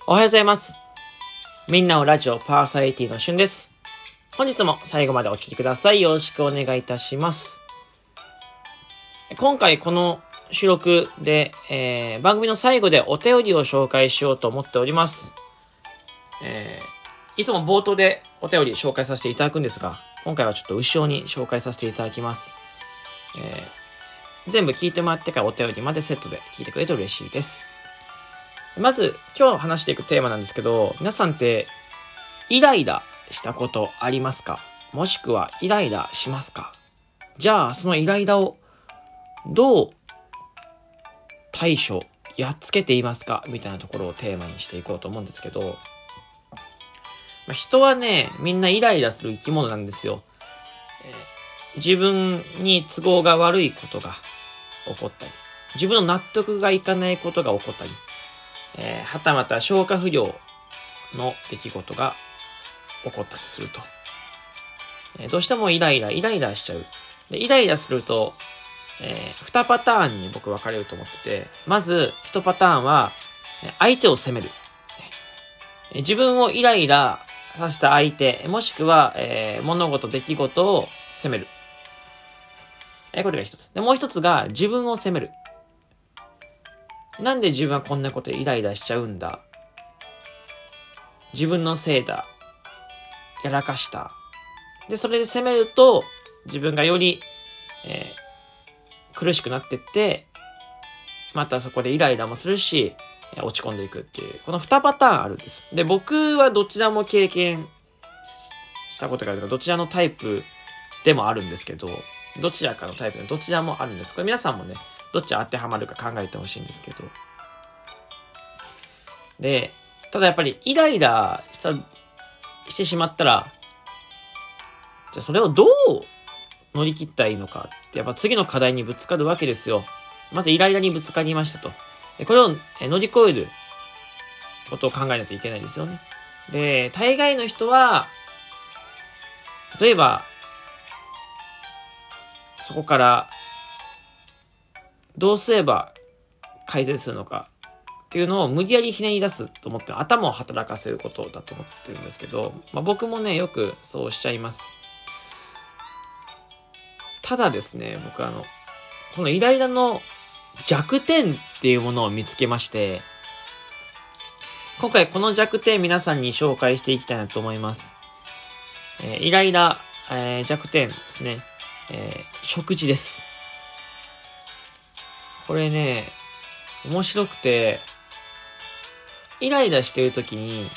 おはようございます。みんなのラジオパーソナリティのしゅんです。本日も最後までお聞きください。よろしくお願いいたします。今回この収録で、番組の最後でお便りを紹介しようと思っております。いつも冒頭でお便り紹介させていただくんですが、今回はちょっと後ろに紹介させていただきます。全部聞いてもらってからお便りまでセットで聞いてくれると嬉しいです。まず今日話していくテーマなんですけど、皆さんってイライラしたことありますか？もしくはイライラしますか？じゃあそのイライラをどう対処やっつけていますかみたいなところをテーマにしていこうと思うんですけど、人はね、みんなイライラする生き物なんですよ。自分に都合が悪いことが起こったり、自分の納得がいかないことが起こったり、はたまた消化不良の出来事が起こったりすると、どうしてもイライラしちゃう。でイライラすると、2パターンに僕分かれると思ってて、まず1パターンは相手を責める。自分をイライラさせた相手、もしくは、物事出来事を責める。これが一つ。でもう一つが自分を責める。なんで自分はこんなことでイライラしちゃうんだ。自分のせいだ。やらかした。で、それで責めると、自分がより、苦しくなってって、またそこでイライラもするし、落ち込んでいくっていう、この2パターンあるんです。で、僕はどちらも経験したことがあるとか、どちらのタイプでもあるんですけど、どちらかのタイプでどちらもあるんです。これ皆さんもね、どっち当てはまるか考えてほしいんですけど。で、ただやっぱりイライラしてしまったら、じゃあそれをどう乗り切ったらいいのかって、やっぱ次の課題にぶつかるわけですよ。まずイライラにぶつかりましたと。これを乗り越えることを考えないといけないですよね。で、大概の人は、例えば、そこからどうすれば改善するのかっていうのを無理やりひねり出すと思って頭を働かせることだと思ってるんですけど、僕もね、よくそうしちゃいます。ただですね、僕このイライラの弱点っていうものを見つけまして、今回この弱点皆さんに紹介していきたいなと思います。イライラ、弱点ですね、食事です。これね、面白くて、イライラしているときに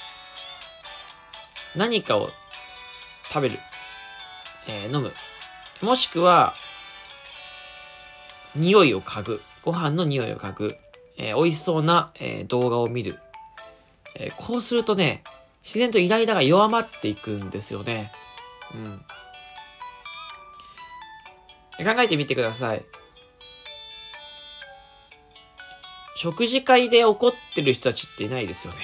何かを食べる、飲む、もしくは匂いを嗅ぐ、ご飯の匂いを嗅ぐ、美味しそうな、動画を見る、こうするとね、自然とイライラが弱まっていくんですよね。考えてみてください。食事会で怒ってる人たちっていないですよね。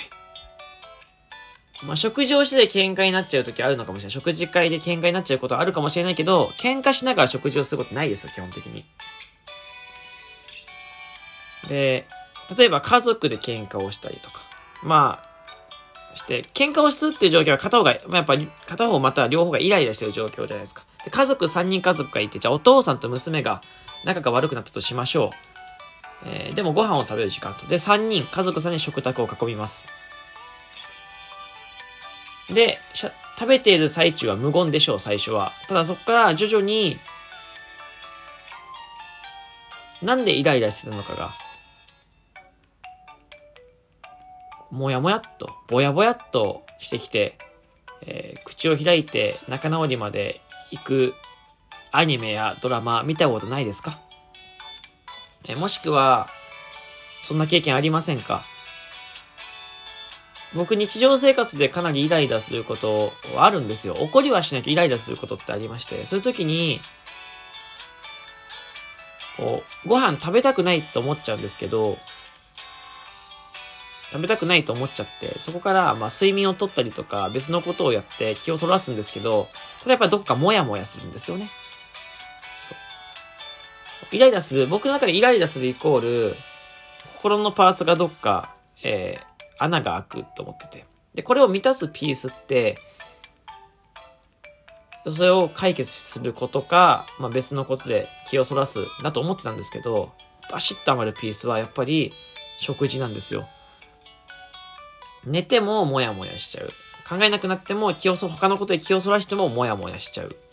食事をして喧嘩になっちゃう時あるのかもしれない。食事会で喧嘩になっちゃうことあるかもしれないけど、喧嘩しながら食事をすることないですよ、基本的に。で、例えば家族で喧嘩をしたりとか、して、喧嘩をするっていう状況は片方が、やっぱり片方または両方がイライラしてる状況じゃないですか。で、3人家族がいて、じゃあお父さんと娘が仲が悪くなったとしましょう。でもご飯を食べる時間と。で、家族3人食卓を囲みます。で、食べている最中は無言でしょう、最初は。ただそこから徐々に、なんでイライラしてたのかが、もやもやっと、ぼやぼやっとしてきて、口を開いて仲直りまで行くアニメやドラマ見たことないですか？もしくは、そんな経験ありませんか？僕日常生活でかなりイライラすることあるんですよ。怒りはしなきゃイライラすることってありまして、そういう時に、ご飯食べたくないと思っちゃうんですけど、食べたくないと思っちゃって、そこから睡眠をとったりとか別のことをやって気を取らすんですけど、それやっぱりどこかモヤモヤするんですよね。イライラする、僕の中でイライラするイコール、心のパーツがどっか、 穴が開くと思ってて。で、これを満たすピースって、それを解決することか、別のことで気をそらすだと思ってたんですけど、バシッと余るピースはやっぱり食事なんですよ。寝てもモヤモヤしちゃう。考えなくなっても他のことで気をそらしてもモヤモヤしちゃう。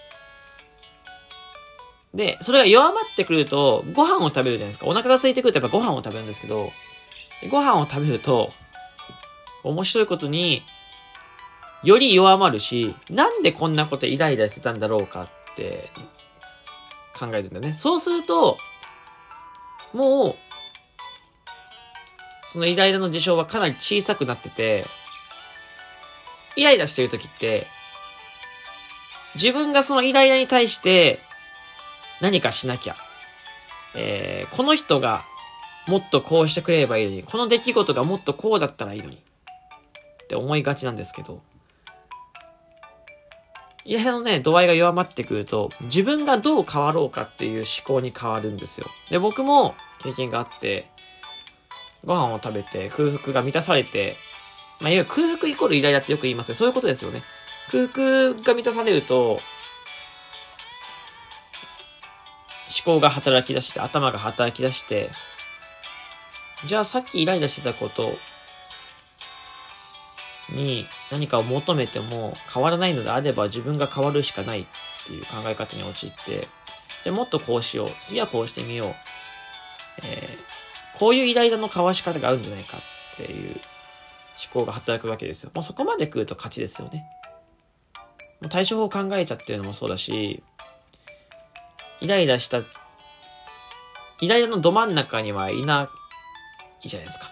で、それが弱まってくると、ご飯を食べるじゃないですか。お腹が空いてくるとやっぱご飯を食べるんですけど、ご飯を食べると、面白いことに、より弱まるし、なんでこんなことイライラしてたんだろうかって考えるんだよね。そうすると、もう、そのイライラの事象はかなり小さくなってて、イライラしてる時って、自分がそのイライラに対して何かしなきゃ。この人がもっとこうしてくれればいいのに、この出来事がもっとこうだったらいいのに。って思いがちなんですけど、イライラの度合いが弱まってくると、自分がどう変わろうかっていう思考に変わるんですよ。で、僕も経験があって、ご飯を食べて空腹が満たされて、いわゆる空腹イコールイライラってよく言いますね。そういうことですよね。空腹が満たされると、思考が働き出して、頭が働き出して、じゃあさっきイライラしてたことに何かを求めても変わらないのであれば自分が変わるしかないっていう考え方に陥って、じゃあもっとこうしよう。次はこうしてみよう。こういうイライラのかわし方があるんじゃないかっていう思考が働くわけですよ。もうそこまで来ると勝ちですよね。もう対処法を考えちゃってるのもそうだし、イライラのど真ん中にはいないじゃないですか。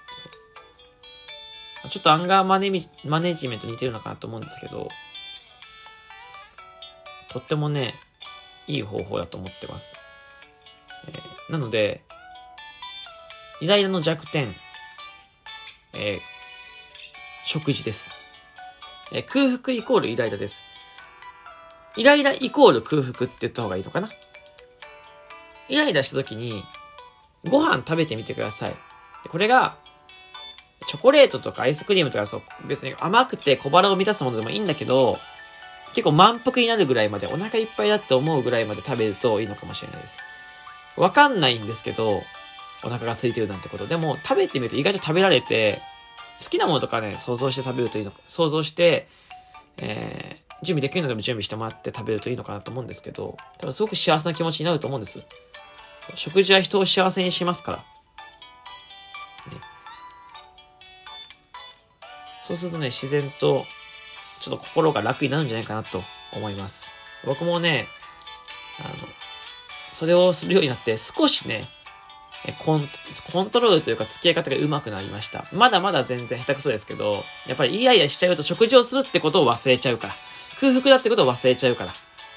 ちょっとアンガーマネジメント似てるのかなと思うんですけど、とってもね、いい方法だと思ってます。なので、イライラの弱点、食事です。空腹イコールイライラです。イライライコール空腹って言った方がいいのかな。イライラした時に、ご飯食べてみてください。これが、チョコレートとかアイスクリームとか別に甘くて小腹を満たすものでもいいんだけど、結構満腹になるぐらいまで、お腹いっぱいだって思うぐらいまで食べるといいのかもしれないです。わかんないんですけど、お腹が空いてるなんてこと。でも食べてみると意外と食べられて、好きなものとかね、想像して食べるといいのか、想像して、準備できるのでも準備してもらって食べるといいのかなと思うんですけど、多分すごく幸せな気持ちになると思うんです。食事は人を幸せにしますから。ね、そうするとね、自然と、ちょっと心が楽になるんじゃないかなと思います。僕もね、それをするようになって少しね、コントロールというか付き合い方が上手くなりました。まだまだ全然下手くそですけど、やっぱりイライラしちゃうと食事をするってことを忘れちゃうから。空腹だってことを忘れちゃうから。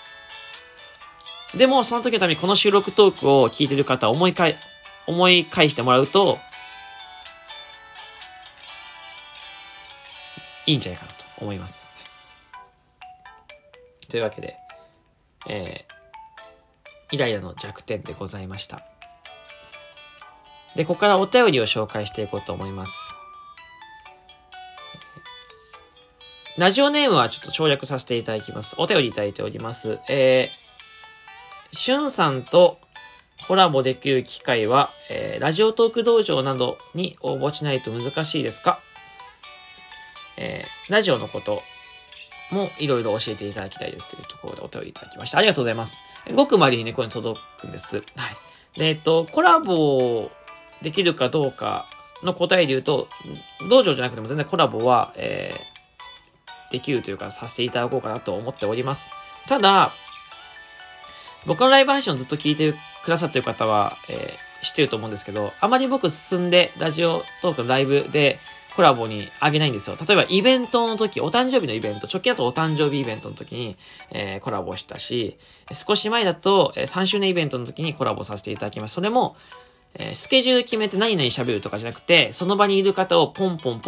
でも、その時のためにこの収録トークを聞いてる方は思い返してもらうと、いいんじゃないかなと思います。というわけで、イライラの弱点でございました。で、ここからお便りを紹介していこうと思います。ラジオネームはちょっと省略させていただきます。お便りいただいております。しゅんさんとコラボできる機会は、ラジオトーク道場などに応募しないと難しいですか？ラジオのこともいろいろ教えていただきたいですというところでお便りいただきました。ありがとうございます。ごくまれにね、これに届くんです。はい。で、コラボできるかどうかの答えで言うと、道場じゃなくても全然コラボは、できるというかさせていただこうかなと思っております。ただ、僕のライブ配信をずっと聞いてくださっている方は、知ってると思うんですけど、あまり僕進んでラジオトークのライブでコラボにあげないんですよ。例えばイベントの時、お誕生日のイベント、直近だとお誕生日イベントの時に、コラボしたし、少し前だと、3周年イベントの時にコラボさせていただきます。それも、スケジュール決めて何々喋るとかじゃなくて、その場にいる方をポンポン、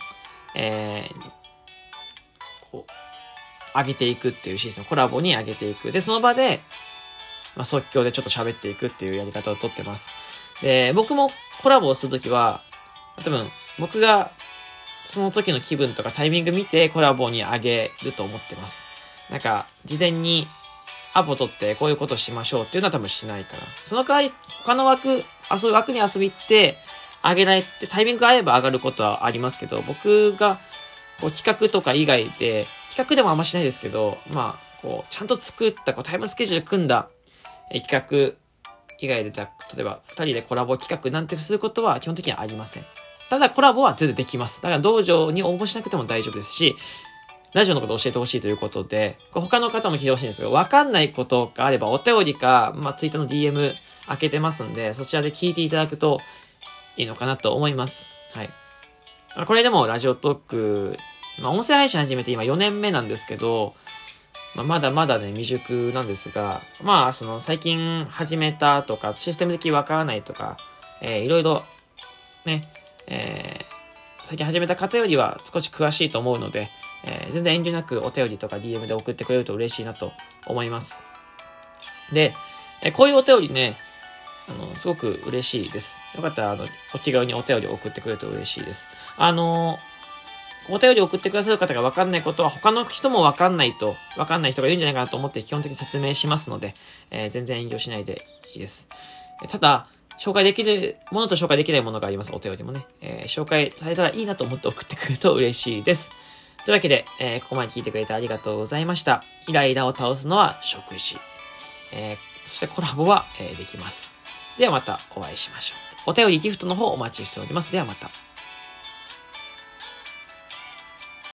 こう、上げていくっていうシステム、コラボに上げていく。で、その場で、即興でちょっと喋っていくっていうやり方をとってます。で、僕もコラボをするときは、多分、 僕がその時の気分とかタイミング見てコラボにあげると思ってます。なんか、事前にアポ取ってこういうことしましょうっていうのは多分しないから。その代わり、他の枠に遊び行って、あげられて、タイミングが合えば上がることはありますけど、僕が、企画とか以外で、企画でもあんましないですけど、ちゃんと作った、タイムスケジュール組んだ、企画以外で、例えば、二人でコラボ企画なんてすることは基本的にはありません。ただ、コラボは全然できます。だから、道場に応募しなくても大丈夫ですし、ラジオのことを教えてほしいということで、他の方も聞いてほしいんですけど、わかんないことがあれば、お便りか、ツイッターの DM 開けてますんで、そちらで聞いていただくといいのかなと思います。はい。これでもラジオトーク、音声配信始めて今4年目なんですけど、まだまだね、未熟なんですが、最近始めたとか、システム的にわからないとか、いろいろ、ね、最近始めた方よりは少し詳しいと思うので、全然遠慮なくお便りとか DM で送ってくれると嬉しいなと思います。で、こういうお便りね、すごく嬉しいです。よかったら、お気軽にお便りを送ってくれると嬉しいです。お便りを送ってくださる方が分かんないことは他の人も分かんない人がいるんじゃないかなと思って基本的に説明しますので、全然遠慮しないでいいです。ただ、紹介できるものと紹介できないものがあります。お便りもね。紹介されたらいいなと思って送ってくると嬉しいです。というわけで、ここまで聞いてくれてありがとうございました。イライラを倒すのは食事。そしてコラボは、できます。ではまたお会いしましょう。お便りギフトの方お待ちしております。ではまた。